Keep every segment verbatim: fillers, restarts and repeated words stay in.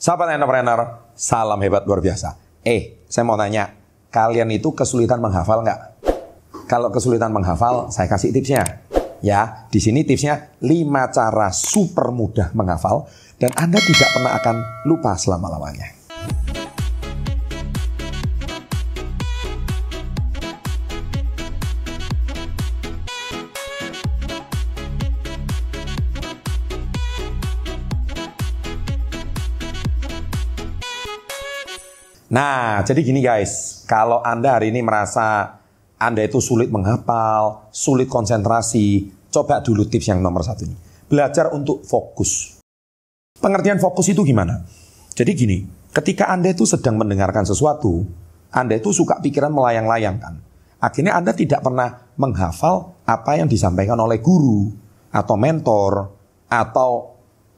Sahabat entrepreneur, salam hebat luar biasa. Eh, saya mau tanya, kalian itu kesulitan menghafal nggak? Kalau kesulitan menghafal, saya kasih tipsnya. Ya, di sini tipsnya lima cara super mudah menghafal dan Anda tidak pernah akan lupa selama-lamanya. Nah, jadi gini guys, kalau Anda hari ini merasa Anda itu sulit menghafal, sulit konsentrasi, coba dulu tips yang nomor satu ini. Belajar untuk fokus. Pengertian fokus itu gimana? Jadi gini, ketika Anda itu sedang mendengarkan sesuatu, Anda itu suka pikiran melayang-layang kan. Akhirnya Anda tidak pernah menghafal apa yang disampaikan oleh guru, atau mentor, atau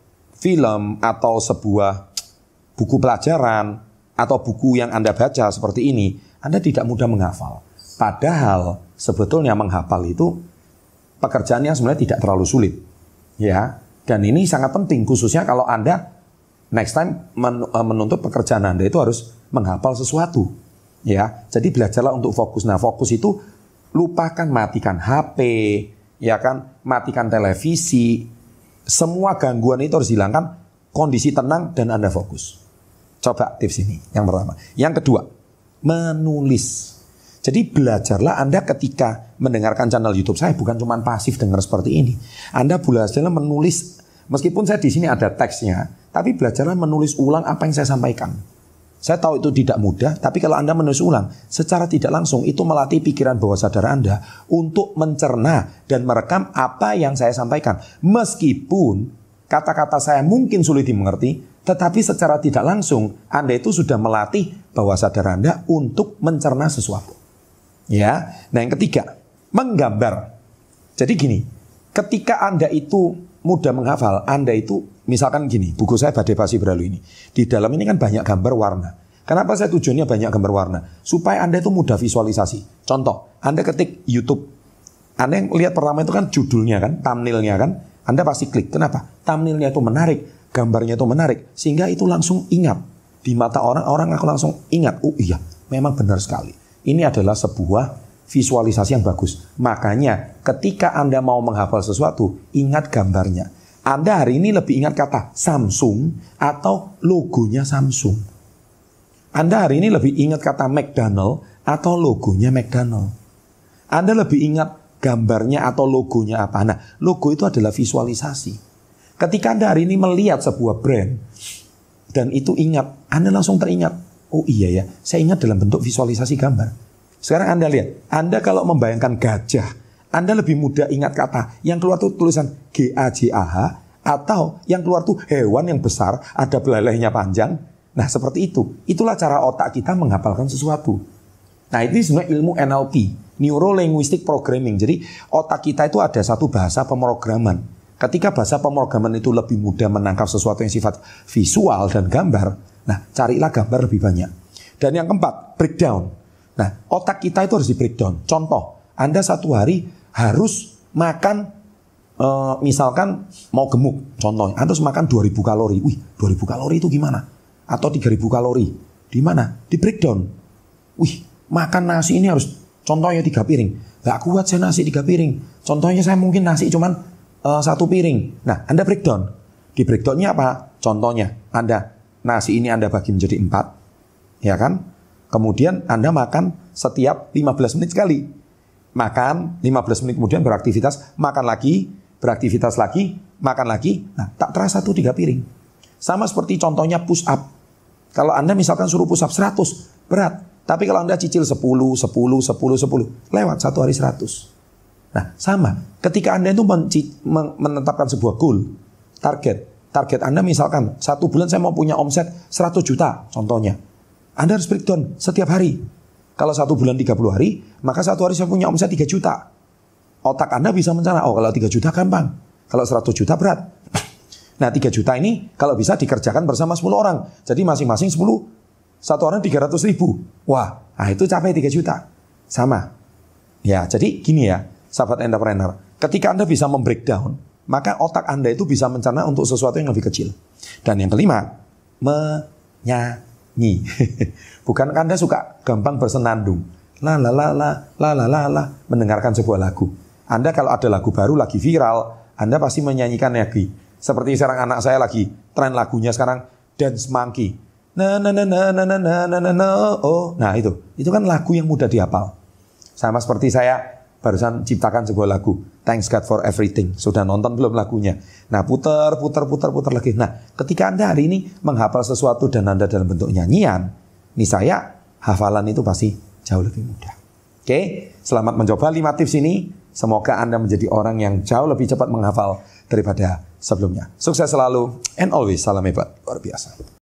film, atau sebuah buku pelajaran, atau buku yang Anda baca seperti ini, Anda tidak mudah menghafal. Padahal sebetulnya menghafal itu pekerjaan yang sebenarnya tidak terlalu sulit. Ya, dan ini sangat penting khususnya kalau Anda next time menuntut pekerjaan Anda itu harus menghafal sesuatu. Ya, jadi belajarlah untuk fokus. Nah, fokus itu lupakan matikan H P, ya kan, matikan televisi. Semua gangguan itu harus hilangkan, kondisi tenang dan Anda fokus. Coba tips ini, yang pertama. Yang kedua, menulis. Jadi belajarlah Anda ketika mendengarkan channel YouTube saya, bukan cuma pasif dengar seperti ini. Anda belajarlah menulis, meskipun saya di sini ada teksnya, tapi belajarlah menulis ulang apa yang saya sampaikan. Saya tahu itu tidak mudah, tapi kalau Anda menulis ulang, secara tidak langsung itu melatih pikiran bawah sadar Anda untuk mencerna dan merekam apa yang saya sampaikan. Meskipun kata-kata saya mungkin sulit dimengerti, tetapi secara tidak langsung Anda itu sudah melatih bawah sadar Anda untuk mencerna sesuatu. Ya. Nah, yang ketiga, menggambar. Jadi gini, ketika Anda itu mudah menghafal, Anda itu misalkan gini, buku saya Badai Pasti Berlalu ini. Di dalam ini kan banyak gambar warna. Kenapa saya tujuannya banyak gambar warna? Supaya Anda itu mudah visualisasi. Contoh, Anda ketik YouTube. Anda yang lihat pertama itu kan judulnya kan, thumbnailnya kan. Anda pasti klik. Kenapa? Thumbnailnya itu menarik. Gambarnya itu menarik, sehingga itu langsung ingat. Di mata orang, orang akan langsung ingat, oh iya, memang benar sekali. Ini adalah sebuah visualisasi yang bagus. Makanya ketika Anda mau menghafal sesuatu, ingat gambarnya. Anda hari ini lebih ingat kata Samsung atau logonya Samsung. Anda hari ini lebih ingat kata McDonald atau logonya McDonald. Anda lebih ingat gambarnya atau logonya apa. Nah, logo itu adalah visualisasi. Ketika Anda hari ini melihat sebuah brand dan itu ingat, Anda langsung teringat. Oh iya ya, saya ingat dalam bentuk visualisasi gambar. Sekarang Anda lihat, Anda kalau membayangkan gajah, Anda lebih mudah ingat kata yang keluar tuh tulisan G A J A H atau yang keluar tuh hewan yang besar, ada belalainya panjang. Nah, seperti itu. Itulah cara otak kita menghafalkan sesuatu. Nah, ini sebenarnya ilmu N L P, Neuro Linguistic Programming. Jadi otak kita itu ada satu bahasa pemrograman. Ketika bahasa pemrograman itu lebih mudah menangkap sesuatu yang sifat visual dan gambar, nah carilah gambar lebih banyak. Dan yang keempat, breakdown. Nah, otak kita itu harus di breakdown. Contoh, Anda satu hari harus makan, e, misalkan mau gemuk, contohnya, Anda harus makan dua ribu kalori. Wih, dua ribu kalori itu gimana? Atau tiga ribu kalori. Di mana? Di breakdown. Wih, makan nasi ini harus, contohnya tiga piring. Gak kuat saya nasi tiga piring. Contohnya saya mungkin nasi cuman Uh, satu piring. Nah, Anda breakdown. Di breakdownnya apa? Contohnya, Anda nasi ini Anda bagi menjadi empat, ya kan? Kemudian Anda makan setiap lima belas menit sekali. Makan, lima belas menit kemudian beraktivitas, makan lagi, beraktivitas lagi, makan lagi. Nah, tak terasa tuh tiga piring. Sama seperti contohnya push up. Kalau Anda misalkan suruh push up seratus, berat. Tapi kalau Anda cicil sepuluh, sepuluh, sepuluh, sepuluh, lewat satu hari seratus. Nah, sama. Ketika Anda itu menetapkan sebuah goal, target. Target Anda misalkan, satu bulan saya mau punya omset seratus juta, contohnya. Anda harus breakdown setiap hari. Kalau satu bulan tiga puluh hari, maka satu hari saya punya omset tiga juta. Otak Anda bisa mencerna, oh kalau tiga juta gampang. Kalau seratus juta berat. Nah, tiga juta ini kalau bisa dikerjakan bersama sepuluh orang. Jadi masing-masing sepuluh, satu orang tiga ratus ribu. Wah, nah itu capai tiga juta. Sama. Ya, jadi gini ya. Sahabat entrepreneur, ketika Anda bisa membreakdown, maka otak Anda itu bisa mencerna untuk sesuatu yang lebih kecil. Dan yang kelima, menyanyi. Bukan Anda suka gampang bersenandung. La la la la la la la la mendengarkan sebuah lagu. Anda kalau ada lagu baru lagi viral, Anda pasti menyanyikan lagi. Seperti sekarang anak saya lagi tren lagunya sekarang Dance Monkey. Na na na na na na na na na na oh. Nah itu, itu kan lagu yang mudah dihafal. Sama seperti saya barusan ciptakan sebuah lagu Thanks God for Everything. Sudah nonton belum lagunya? Nah putar, putar, putar, putar lagi. Nah ketika Anda hari ini menghafal sesuatu dan Anda dalam bentuk nyanyian, nih saya hafalan itu pasti jauh lebih mudah. Oke, selamat mencoba lima tips ini. Semoga Anda menjadi orang yang jauh lebih cepat menghafal daripada sebelumnya. Sukses selalu and always salam hebat luar biasa.